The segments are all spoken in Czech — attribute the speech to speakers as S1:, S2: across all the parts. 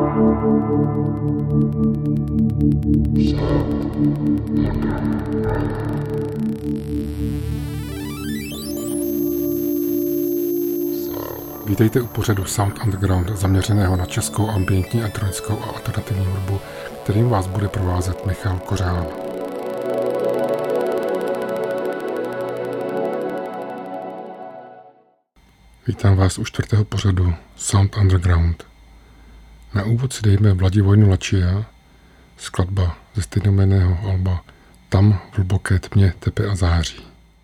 S1: Vítejte u pořadu Sound Underground zaměřeného na českou ambientní, elektronickou a alternativní hudbu, kterým vás bude provázet Michal Kořán. Vítám vás u 4. pořadu Sound Underground. Na úvod si dejme Vladivojnu Lačia, skladba ze stejnojmenného alba Tam v hluboké tmě tepe a září.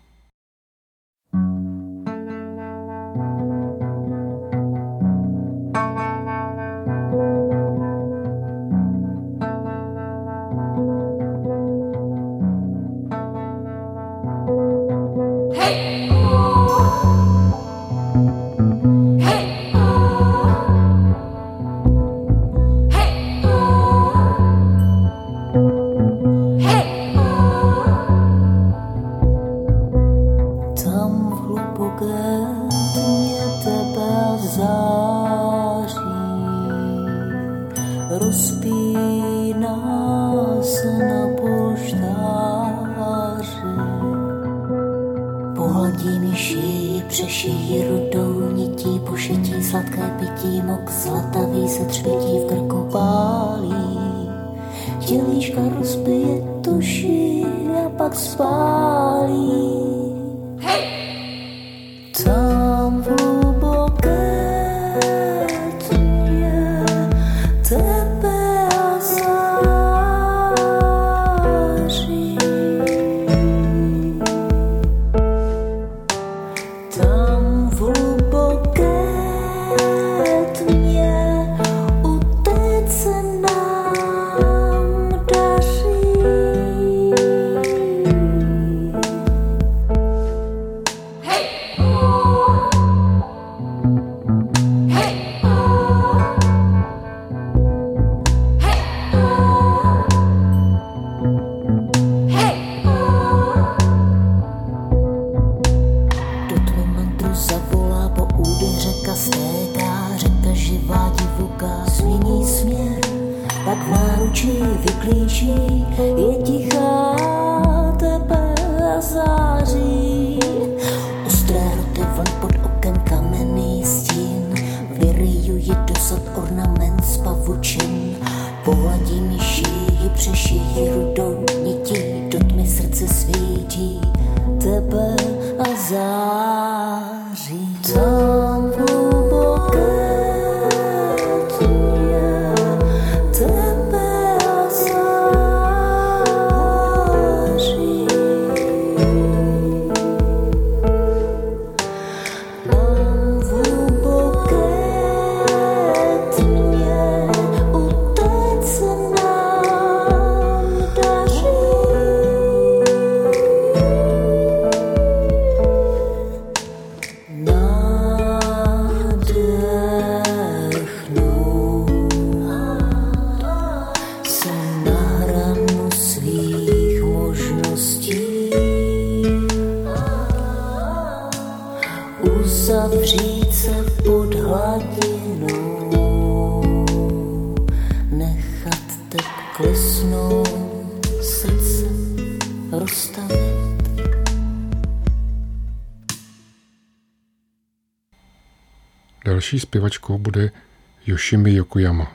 S1: Další zpěvačkou bude Yoshimi Yokoyama.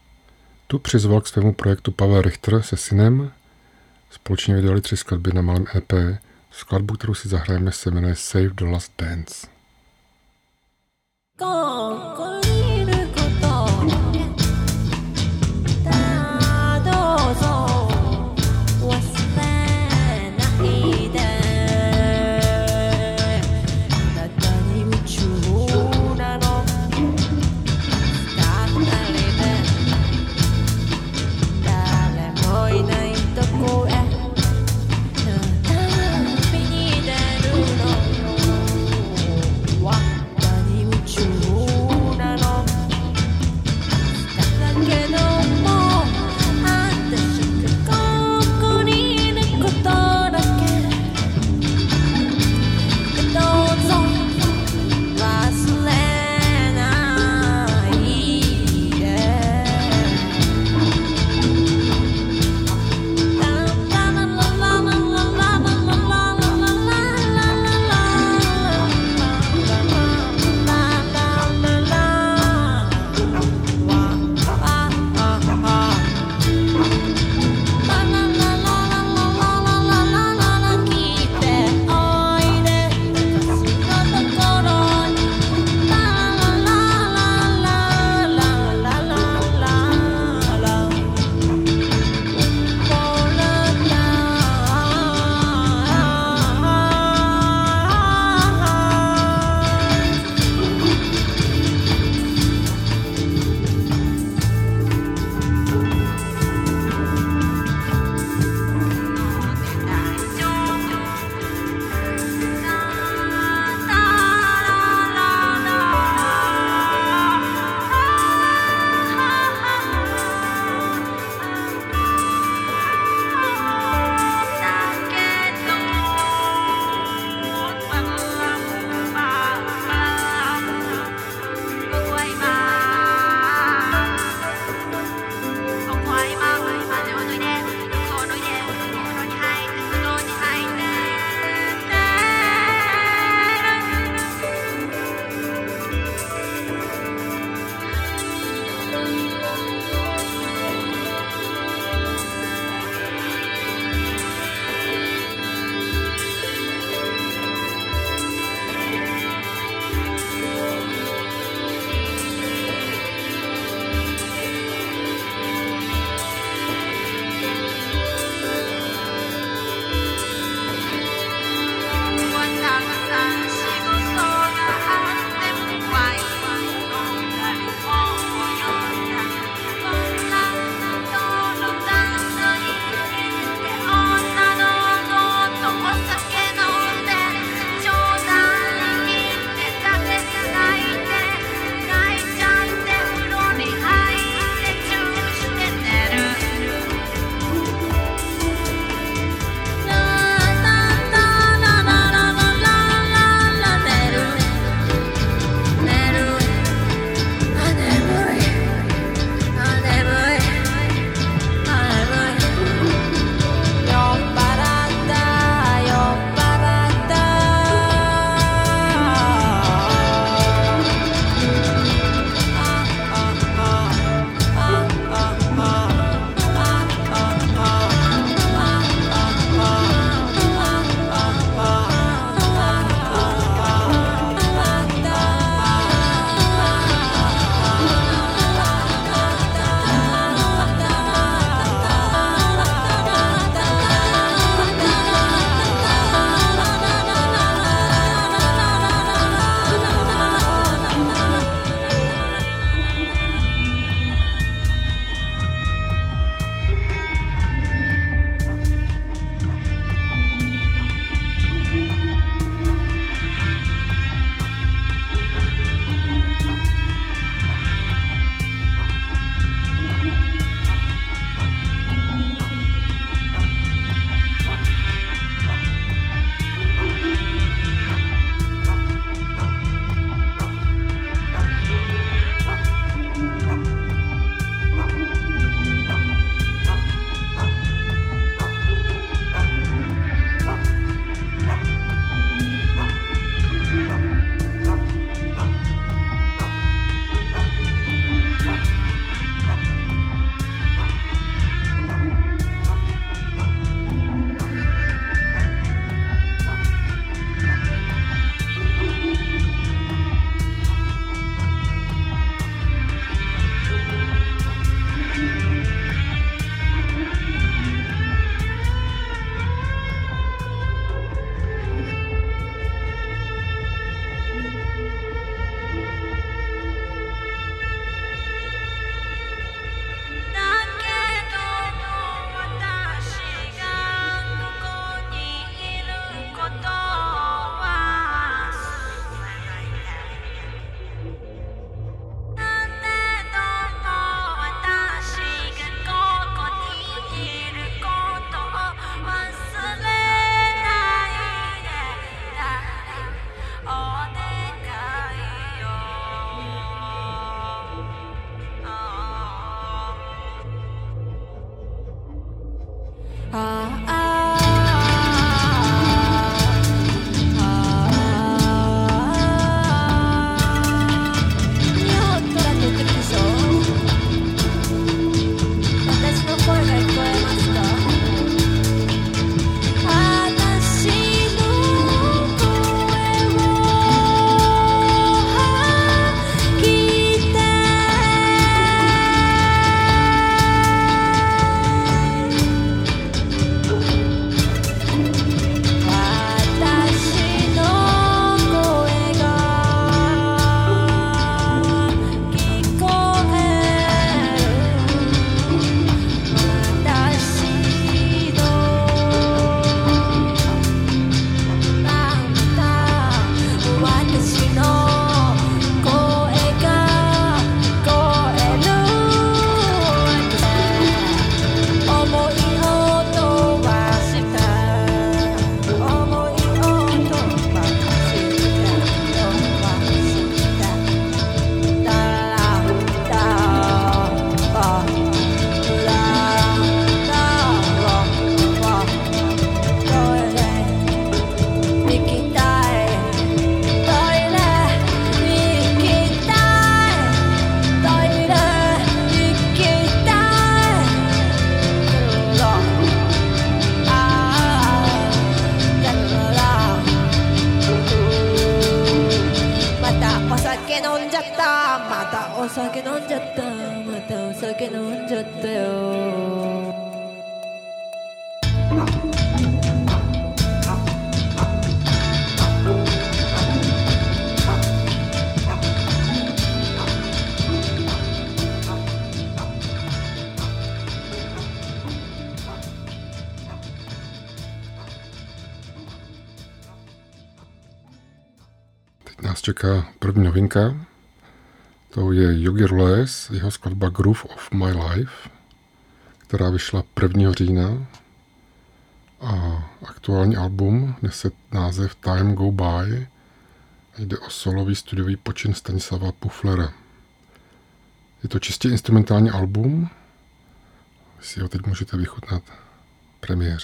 S1: Tu přizval k svému projektu Pavel Richter se synem. Společně vydali 3 skladby na malém EP. Skladbu, kterou si zahrajeme, se jmenuje Save the Last Dance.
S2: 酒飲んじゃったまたお酒飲んじゃったまたお酒飲んじゃったよ
S1: Nás čeká první novinka, to je Yogi Roles, jeho skladba Groove of My Life, která vyšla 1. října a aktuální album nese název Time Go By a jde o solový studiový počin Stanislava Puflera. Je to čistě instrumentální album, vy si ho teď můžete vychutnat v premiéře.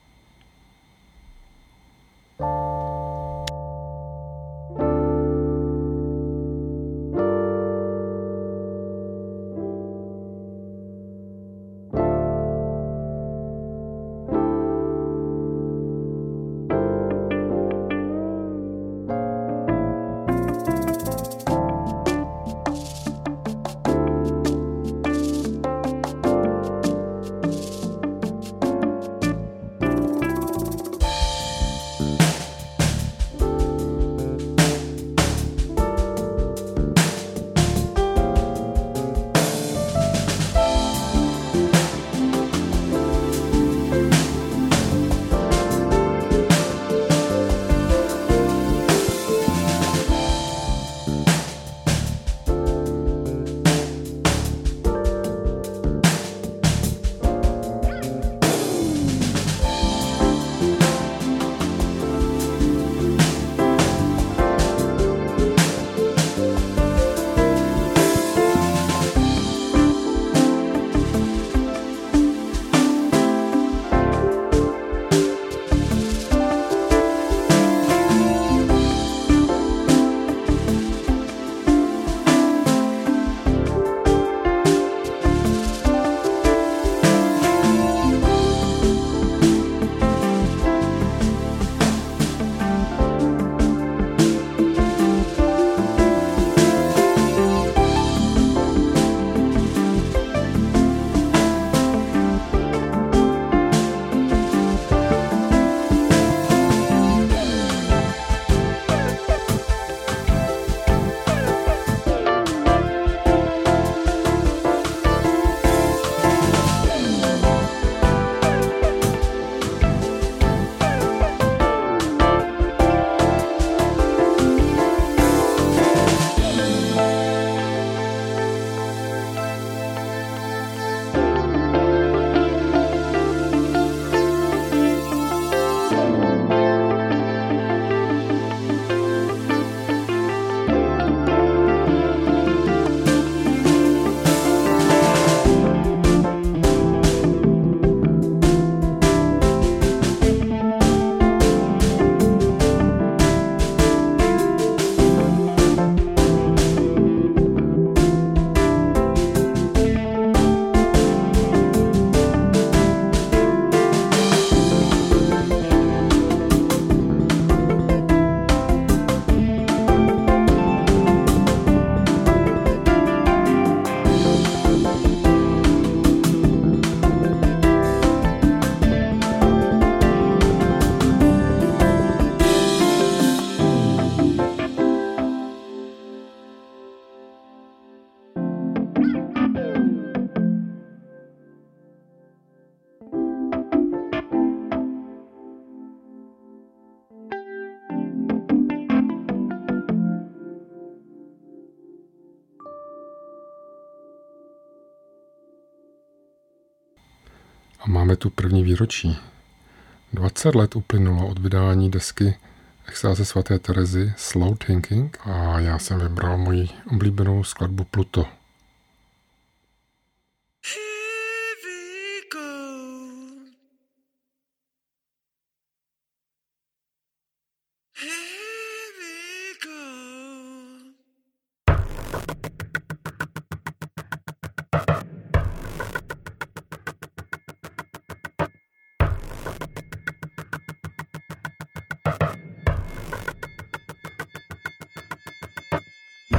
S1: A máme tu první výročí. 20 let uplynulo od vydání desky Extáze svaté Terezy Slow Thinking a já jsem vybral moji oblíbenou skladbu Pluto.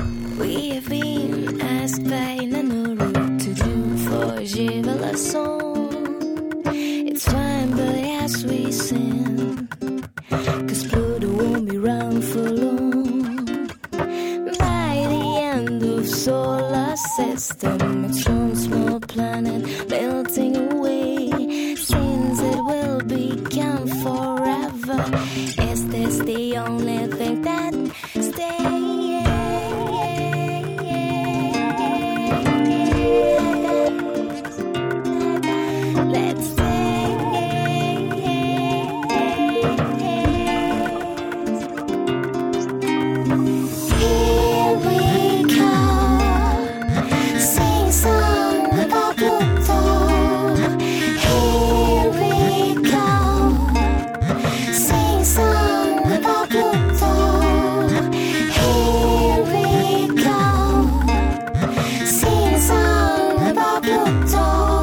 S2: We have been asked by Nanoru to do for Jiva la song. It's fine, but as we sing, 'cause Pluto won't be round for long. By the end of solar system, it's one small planet melting away. Since it will become forever, is this the only thing that stays? Let's here we come, sing song about Pluto. Here we come, sing song about Pluto. Here we come, sing song about Pluto.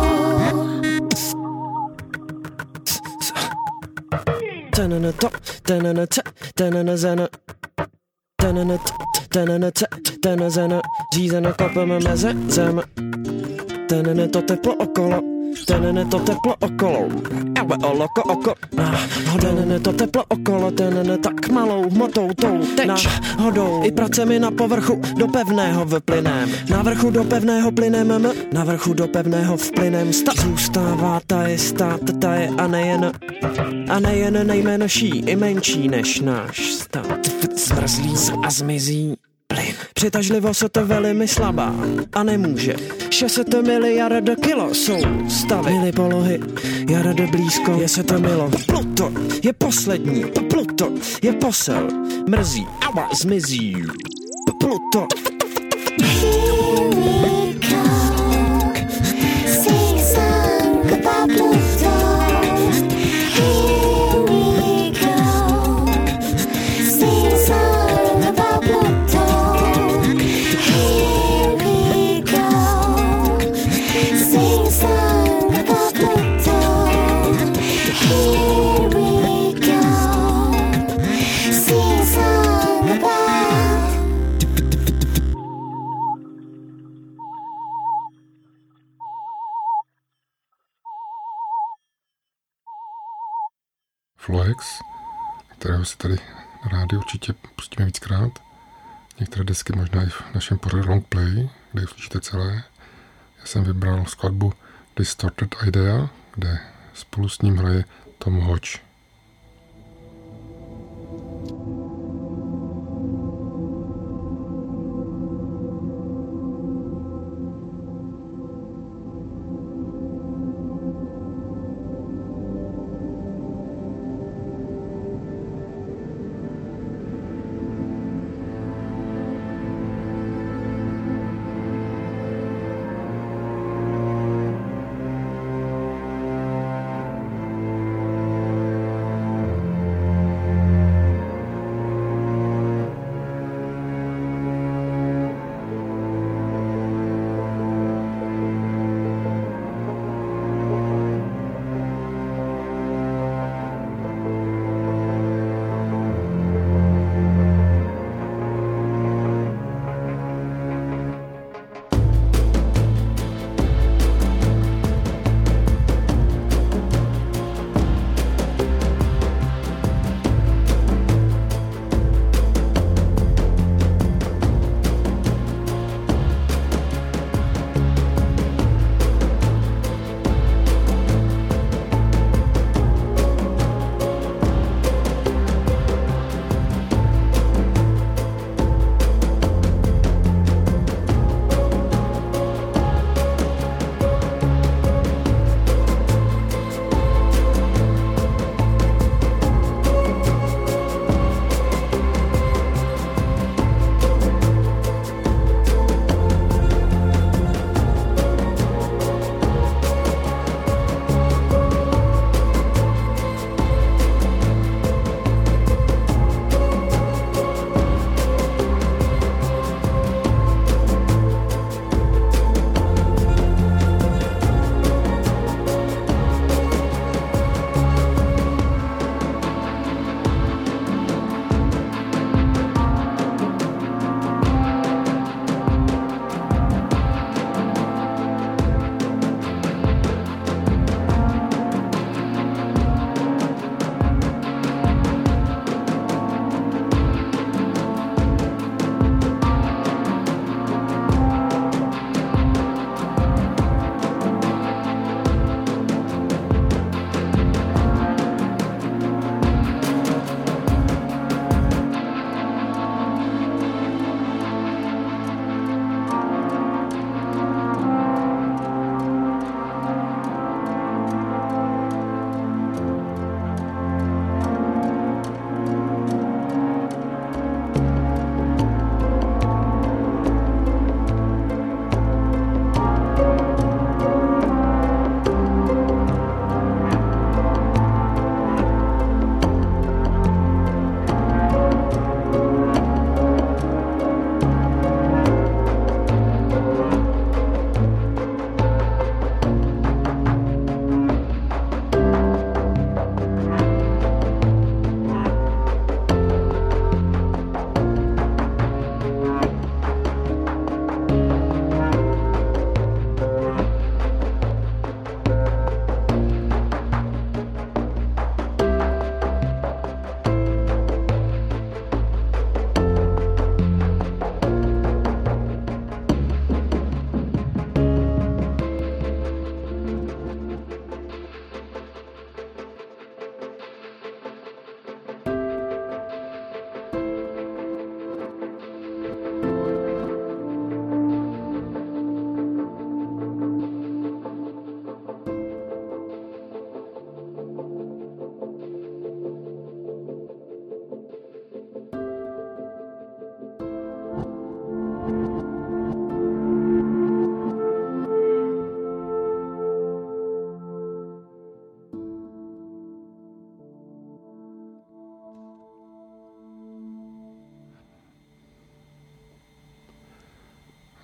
S3: Tanana top, tanana ta, tanana zana. Tanana ta, tanana ta, tanana zana. Řízena kopeme meze zem. Tanana to teplo okolo, tanana to teplo okolo. Ewe oloko oko, tanana to teplo okolo, tanana tak malou motou tou teď hodou. I pracemi na povrchu do pevného vplynem. Na vrchu do pevného plynem, na vrchu do pevného vplynem. Zůstává ta je stát, ta je a nejen nejmenší i menší než náš stát. Zmrzlí a zmizí plyn. Přitažlivost je to velmi slabá a nemůže. 600 miliard kilo jsou stavy. Mily polohy, jarada blízko, je se to milo. Pluto je poslední, Pluto je posel. Mrzí, aua, zmizí. Pluto.
S2: Here we come, sing song about Pluto. Here we go, sing song about Pluto. Here we go, sing song about Pluto. Here we go, sing song about.
S1: Floex, kterého si tady na rádiu určitě pustíme víckrát. Některé desky možná i v našem pořadu Long Play, kde ji slyšíte celé. Já jsem vybral skladbu Distorted Idea, kde spolu s ním hraje Tom Hodge.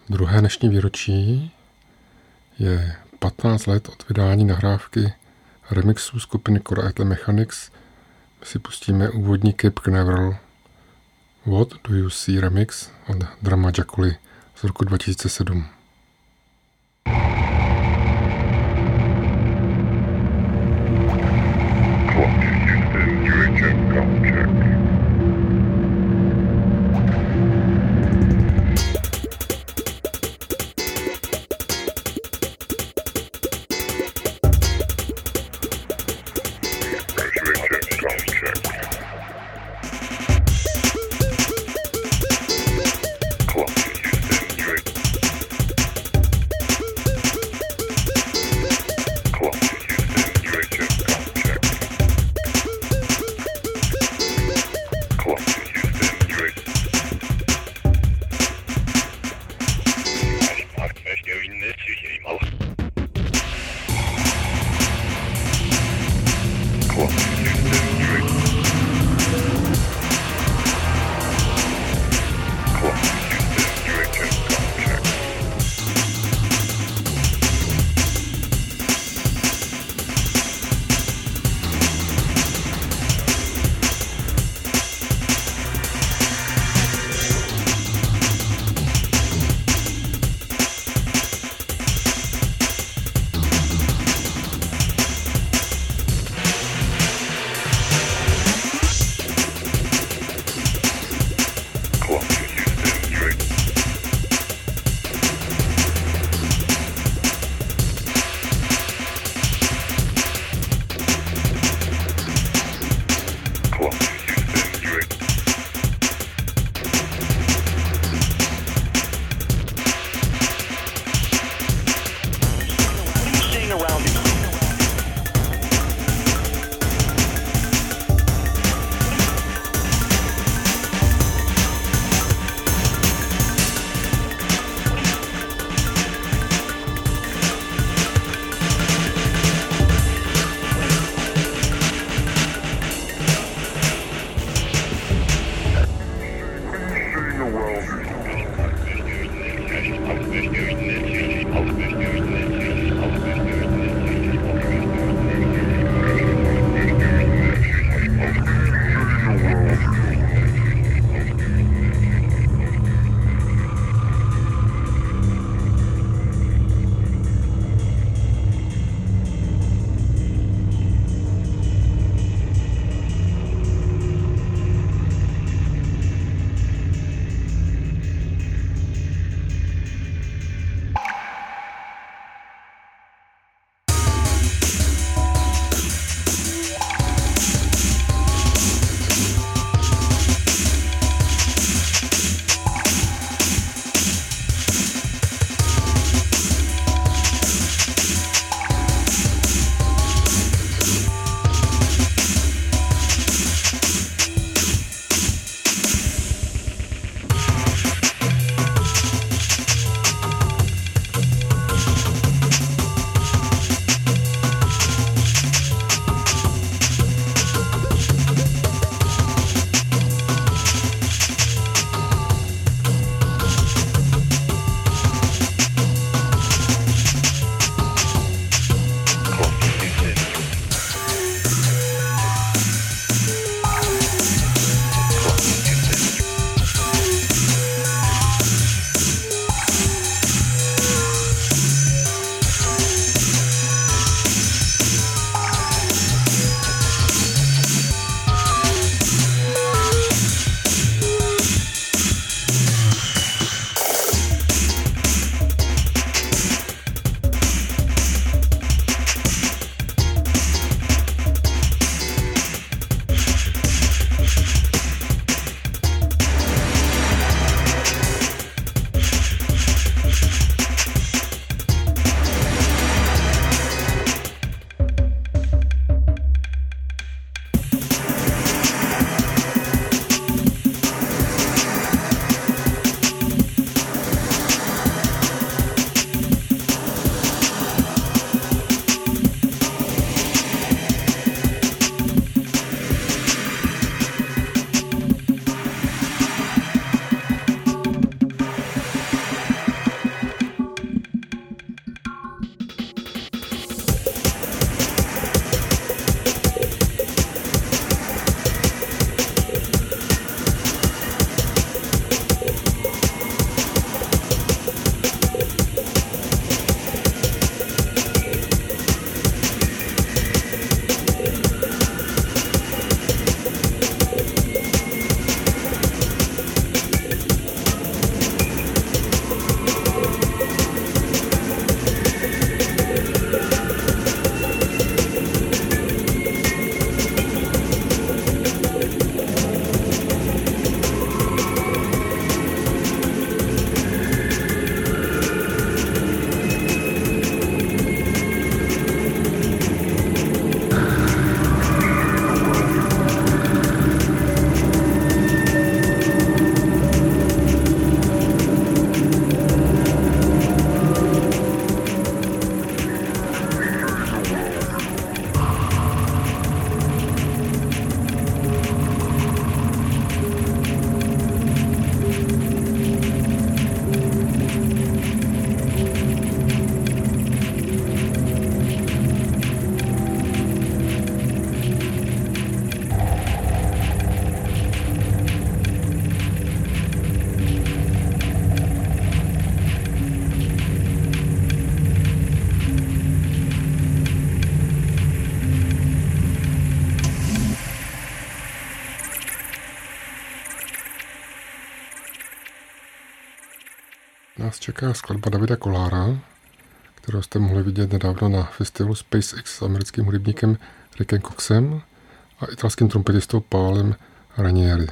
S1: Druhé dnešní výročí je 15 let od vydání nahrávky remixů skupiny Core Idle Mechanics. My si pustíme úvodní Cape Canaveral What Do You See remix od Drama Jaculi z roku 2007. Nás čeká skladba Davida Kollára, kterou jste mohli vidět nedávno na festivalu SpaceX s americkým hudebníkem Rickem Coxem a italským trumpetistou Paolem Ranieri.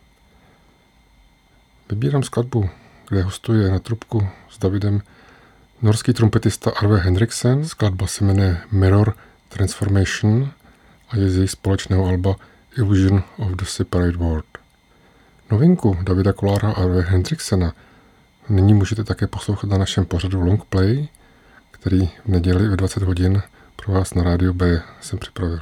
S1: Vybírám skladbu, kde hostuje na trubku s Davidem norský trumpetista Arve Henriksen. Skladba se jmenuje Mirror Transformation a je z jejich společného alba Illusion of the Separate World. Novinku Davida Kollára a Arve Henriksena nyní můžete také poslouchat na našem pořadu Long Play, který v neděli ve 20 hodin pro vás na Rádiu B jsem připravil.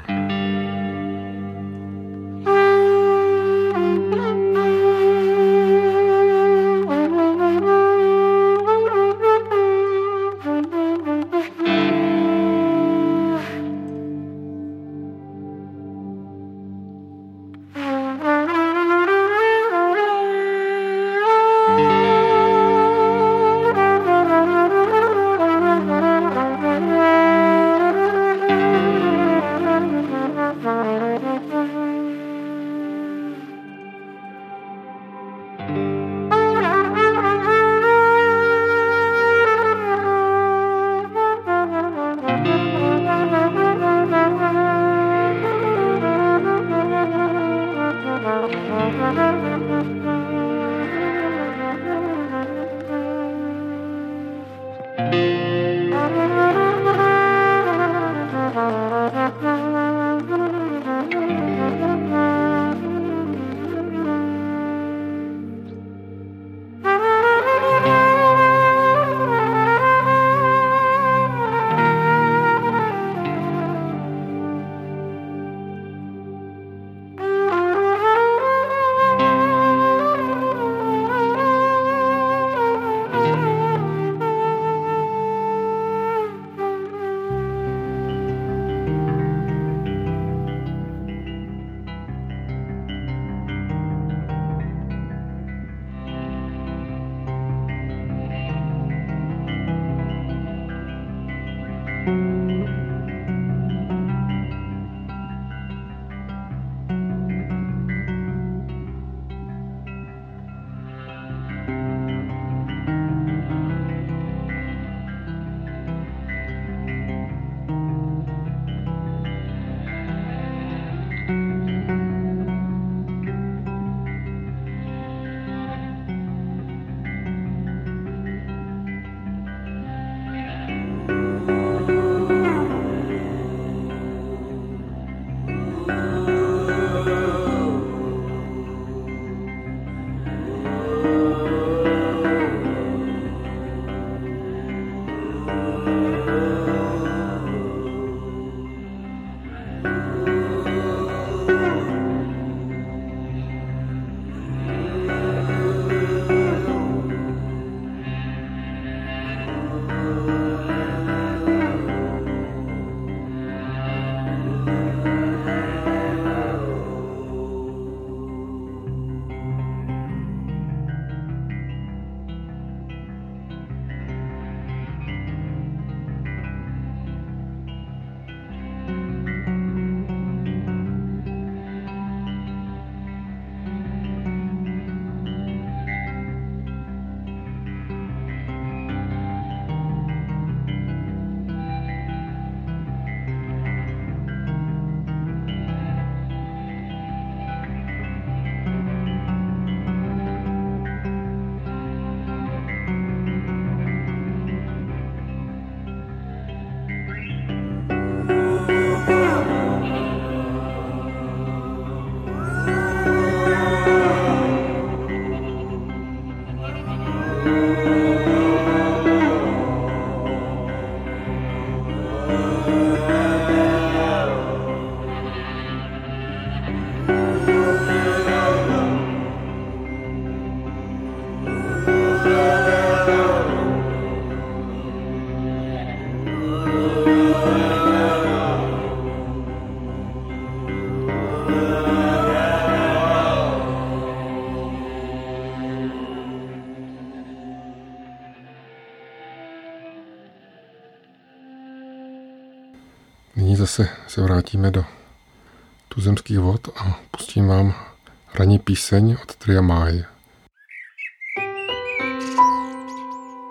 S1: Nyní zase se vrátíme do tuzemských vod a pustím vám ranní píseň od tria Máj.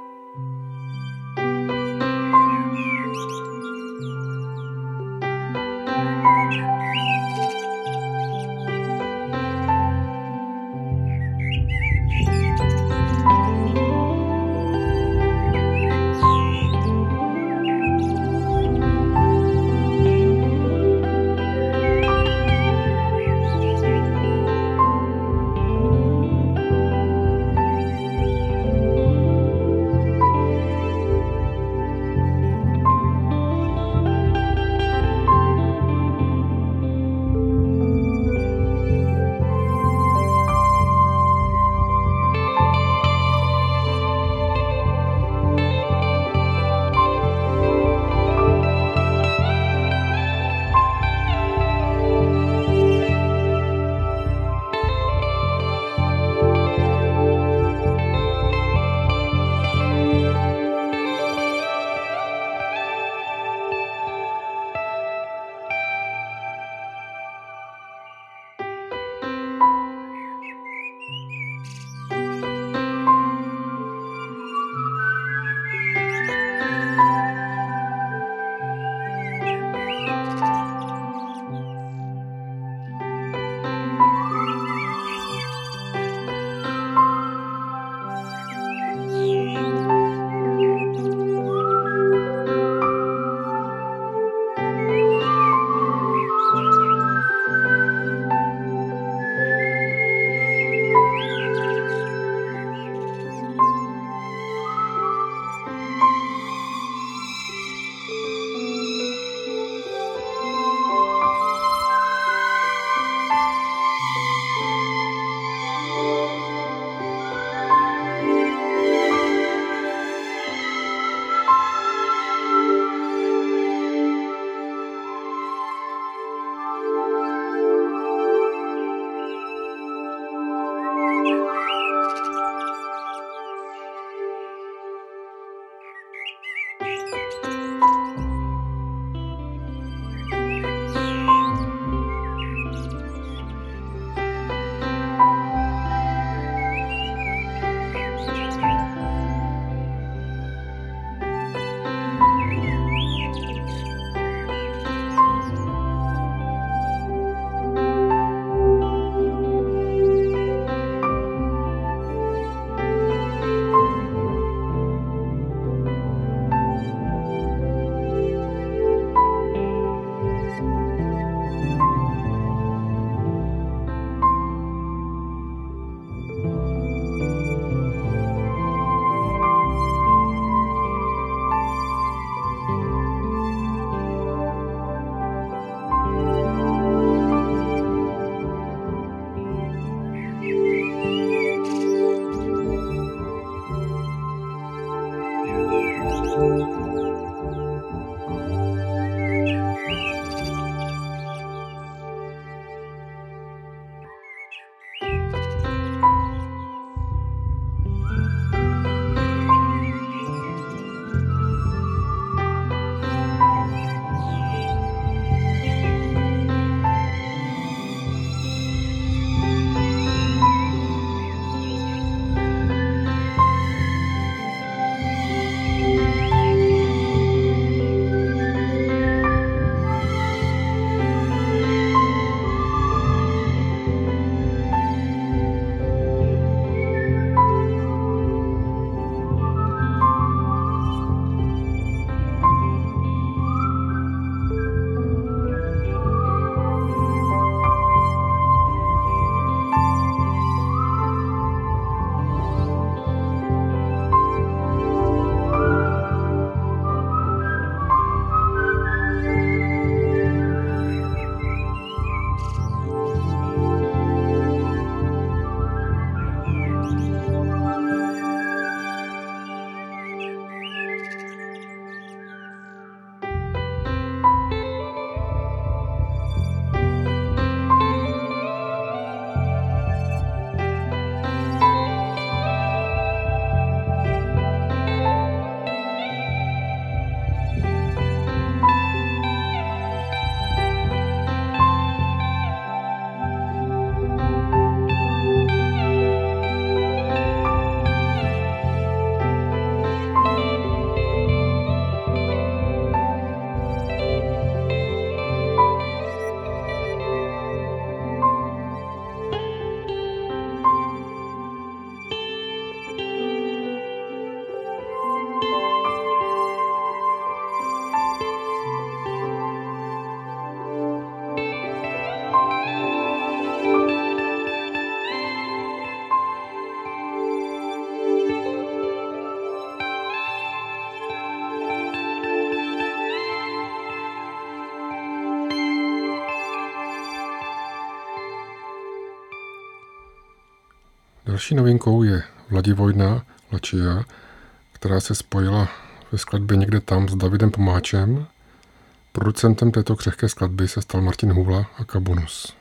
S1: Další novinkou je Vladivojna Lačia, která se spojila ve skladbě Někde tam s Davidem Pomáčem. Producentem této křehké skladby se stal Martin Hůvla a Kabonus.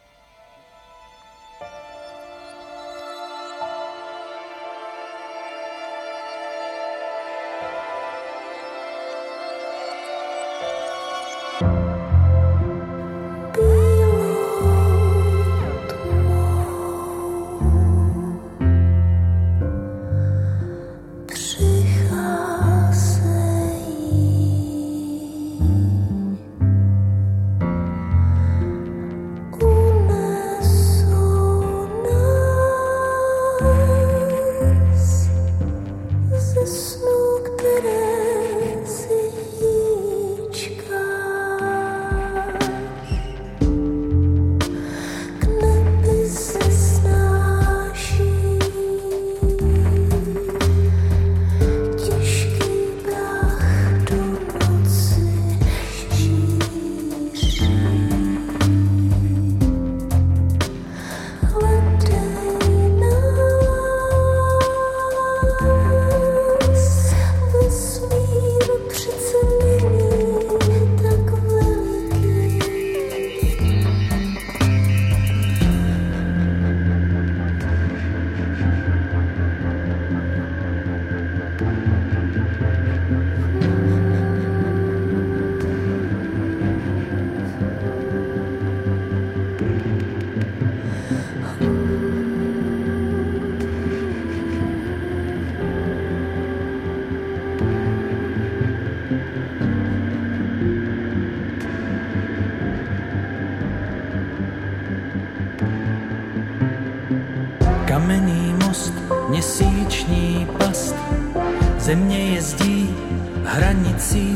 S4: Kamenný most, měsíční past, země jezdí hranicí,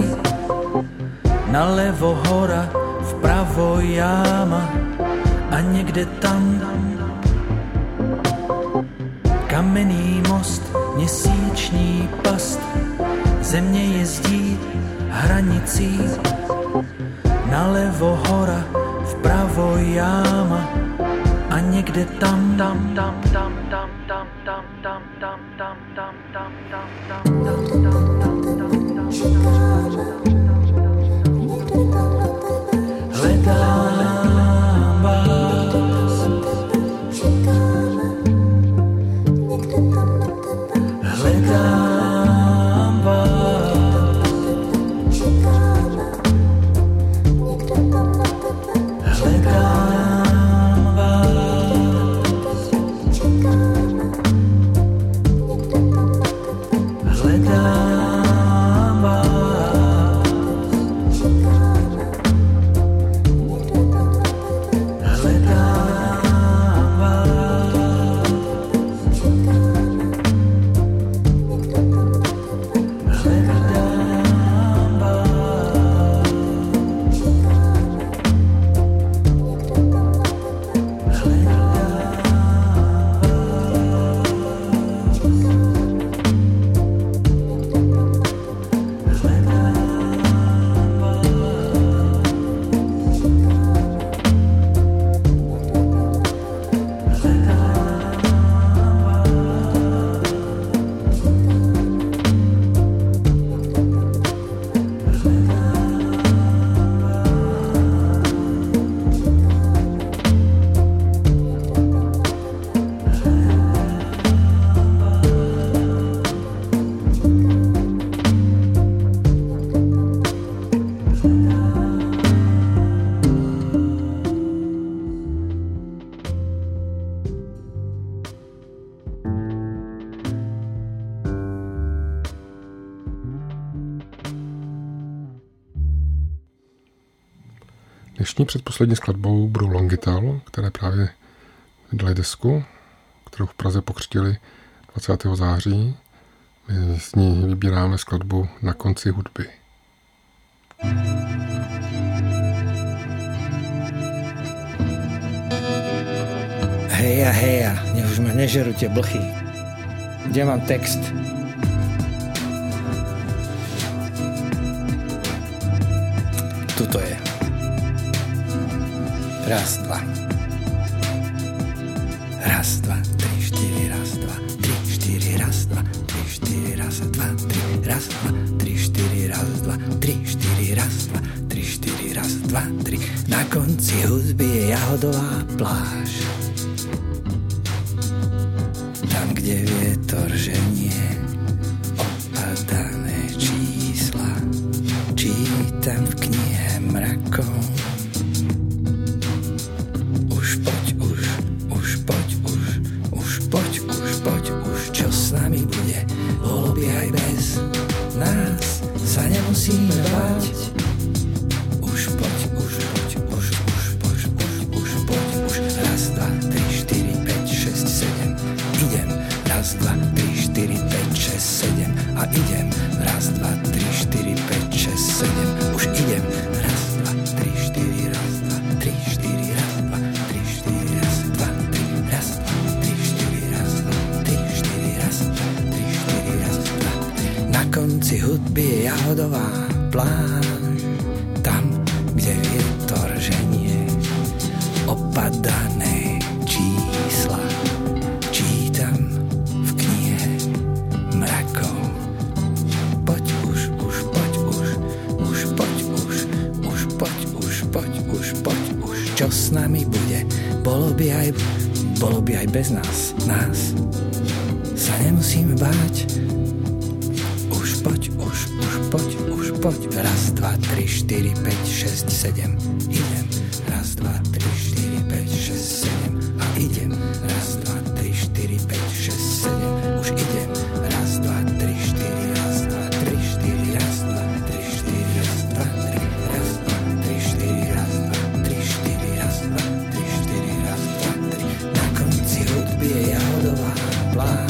S4: nalevo hora, vpravo jáma a někde tam kamenný most, měsíční past, země jezdí hranicí, nalevo hora, vpravo jáma a někde tam tam hledám vás. Hledám vás. Hledám vás.
S1: Dnešní předposlední skladbou budou Longital, které právě vydali desku, kterou v Praze pokřtili 20. září. My s ní vybíráme skladbu Na konci hudby.
S5: Heja, nech už ma nežerú tie blchy. Kde mám text? Tuto je. Raz, dva. Raz, dva, tri, štyri, raz, dva, tri, štyri, raz, dva, tri, štyri, raz, dva, tri, raz, dva, tri, štyri, raz, dva, tri, štyri, raz, dva, tri, štyri, raz, dva, tri. Na konci hudby je jahodová pláž. Tam, kde vietor ženie opadané čísla, čítam v knihe mrakov. Čo s nami bude, bolo by aj bez nás, sa nemusíme báť. Už poď, raz, dva, tri, štyri, päť, šesť, sedem, idem, raz, dva, tri, štyri, päť, šesť, sedem, a idem, raz, dva, tri, štyri, päť, šesť, sedem, už idem, raz, dva, tri, štyri, raz, dva, tri, štyri, raz, dva, tri, štyri, raz, dva, tri, raz, dva, tri, štyri, raz, dva, tri, štyri, raz, dva, tri, štyri, raz, dva. Na konci hudby je jahodová pláž, tam, kde vietor ženie opadané čísla, čítam v knihe mrakov. Poď už, čo s nami bude, bolo by aj bez nás, sa nemusíme báť. Už poď, raz, dva, tri, štyri, päť, šesť, sedem, idem, raz, dva, tri, štyri, päť, šesť, sedem, a idem, raz, dva, tri, štyri, päť, šesť, sedem, už idem, raz, dva, tri, štyri, raz, dva, tri, štyri, raz, dva, tri, štyri, raz, dva, tri, raz, dva, tri, štyri, raz, dva, tri, štyri, raz, dva, tri, štyri, raz, dva, tri. Na konci hudby je jahodová pláž.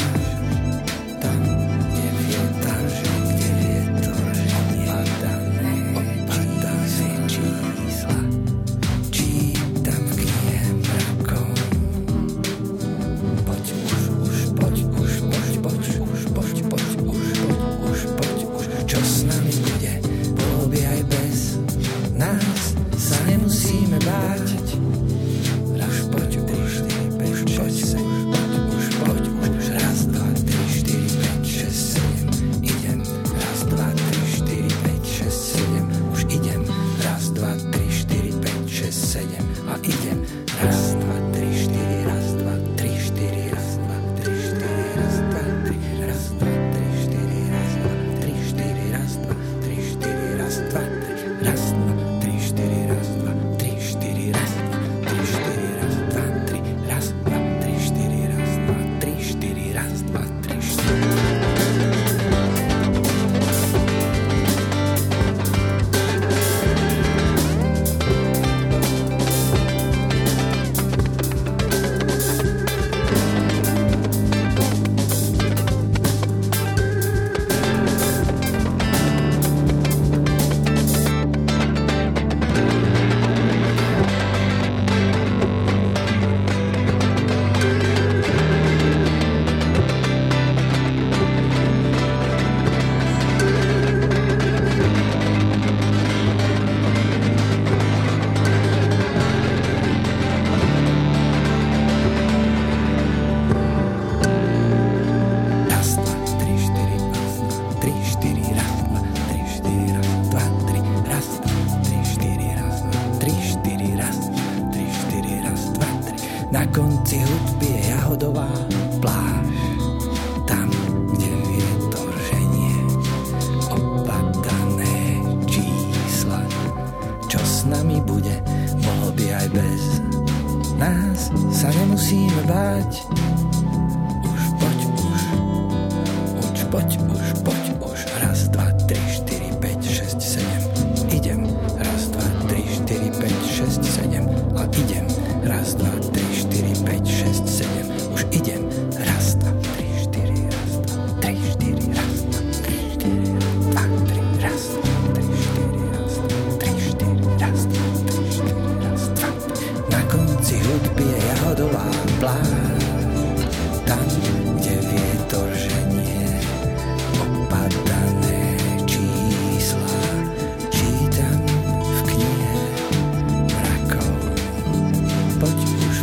S5: báť. Už poď už, poď už. Raz, dva, 3, 4, 5, 6, 7. Idem. Raz, dva, 3, 4, 5, 6, 7. A idem. Raz, dva, 3, 4, 5, 6, 7. Už idem. Raz, dva, 3, 4, raz, dva, 3, 4, raz, dva, 3, 4, raz, 2, 3, raz, 3, 4, raz, 3, 4, raz, 3, 4, raz, 2. Na konci hudby je jahodová pláž. Tam, kde vietor ženie opadané čísla, čítam v knihe mrakov. Poď už,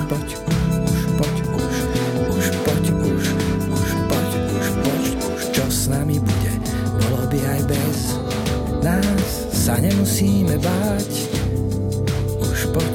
S5: čo s nami bude, bolo by aj bez nás, sa nemusíme báť. Už poď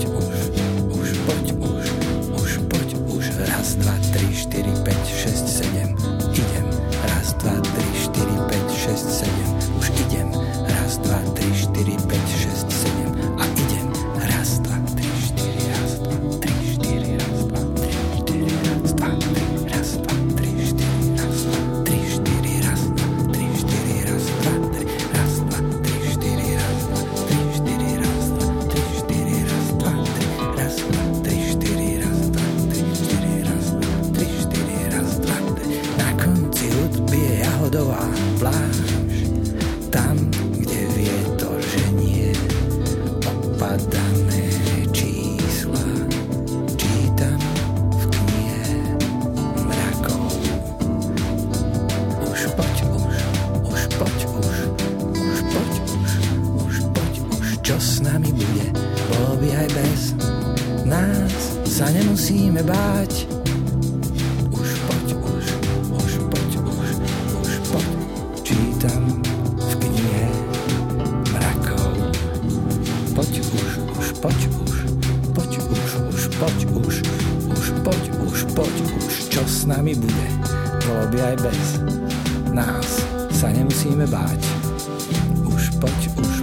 S5: už, raz, dva, 3, 4, 5, 6, 7, idem, raz, dva, 3, 4, 5, 6, 7, už idem, raz, dva, 3, 4, 5, 6, 7, a idem, raz, dva, 3, 4, raz, dva, 3, 4, raz, dva, 3, 4, raz, dva, 3, raz, dva, 3, 4, raz, dva, 3, 4, raz, 2, 3, 4, raz, 2, 3, raz, 2, 3, 4, raz, 2, 3, 4, raz, 2, 3, 4, raz, 2, 3, raz, 2, 3, 4, raz, 2, 3, 4, raz, 2, 3, 4, raz, 2, 3. Na konci hudby je jahodová pláž. Tam, kde vietor ženie opadané čísla, čítam v knihe mrakov. Už poď už, čo s nami bude, bolo by aj bez nás, sa nemusíme báť. Už poď už, čítam v knihe mrakov. Poď už, čo s nami bude, bolo by aj bez nás, sa nemusíme báť. Už poď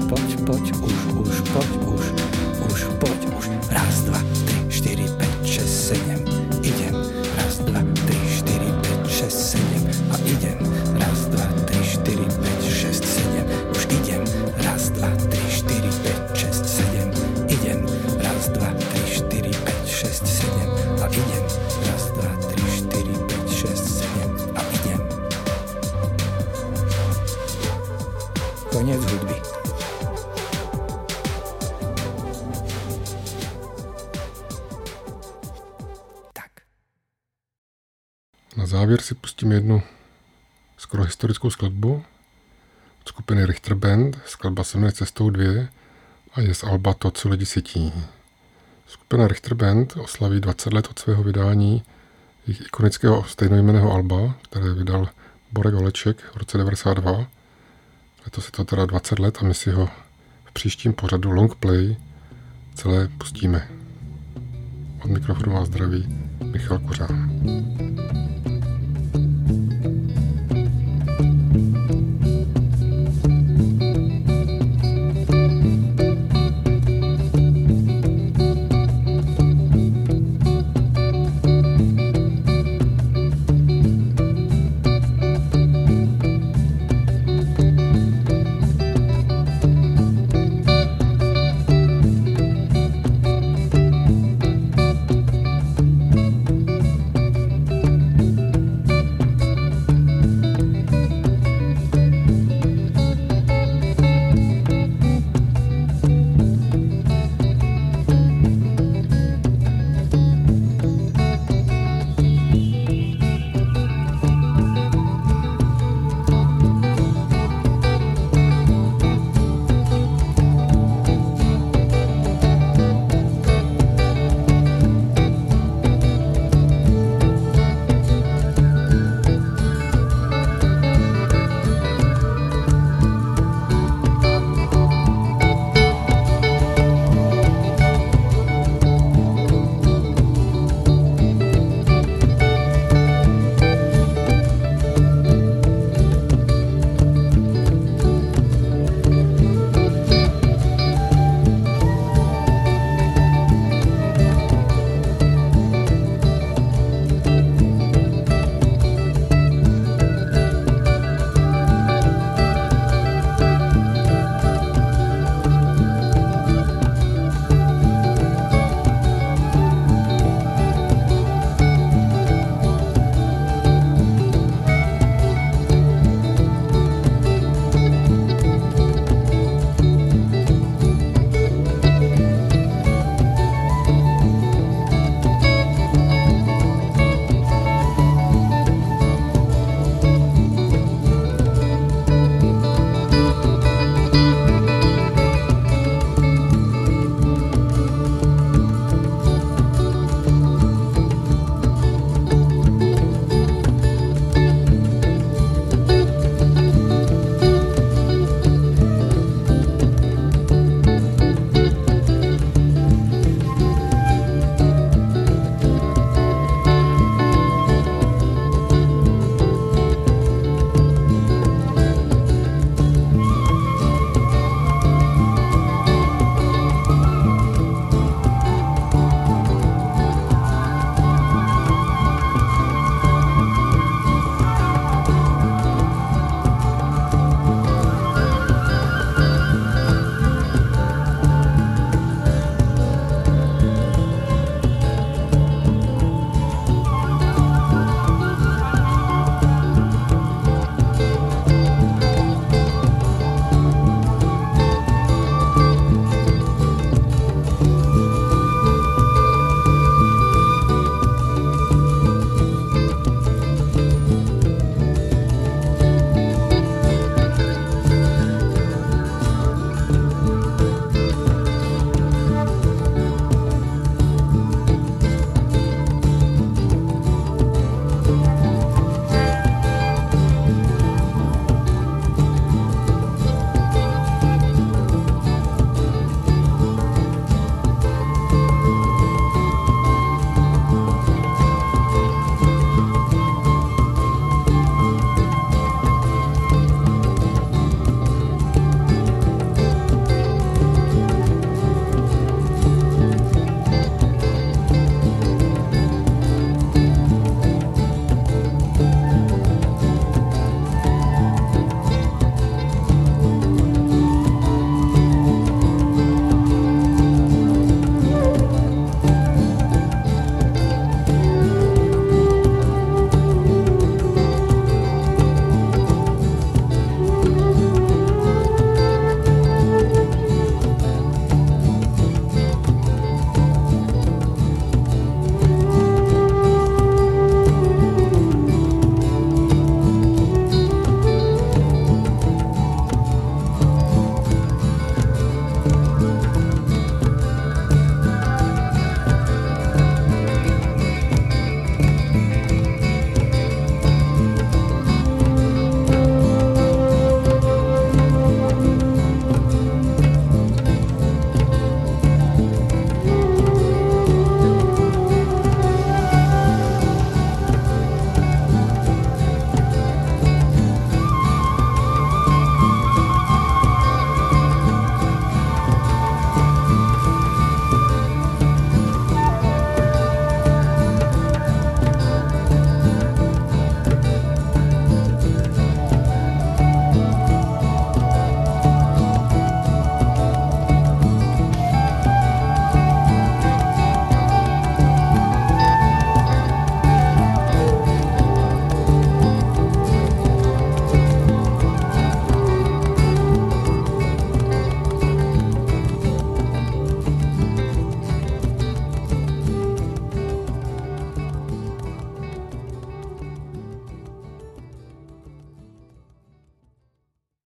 S5: už, raz, dva, 3, 4, 5, 6, 7, idem, raz, dva, 3, 4, 5, 6, 7, a idem, raz, dva, 3, 4, 5, 6, 7, už idem, raz, dva, 3, 4, 5, 6, 7, idem, raz, dva, 3, 4, 5, 6, 7, a idem, raz, dva, 3, 4, 5, 6, 7, a idem. Koniec hudby.
S1: Na závěr si pustíme jednu skoro historickou skladbu od skupiny Richter Band. Skladba se jmenuje Cestou 2 a je z alba To, co lidi cítí. Skupina Richter Band oslaví 20 let od svého vydání jejich ikonického stejnojmenného alba, které vydal Borek Holeček v roce 92. Letos je to teda 20 let a my si ho v příštím pořadu Long Play celé pustíme. Od mikrofonu vás zdraví Michal Kořán.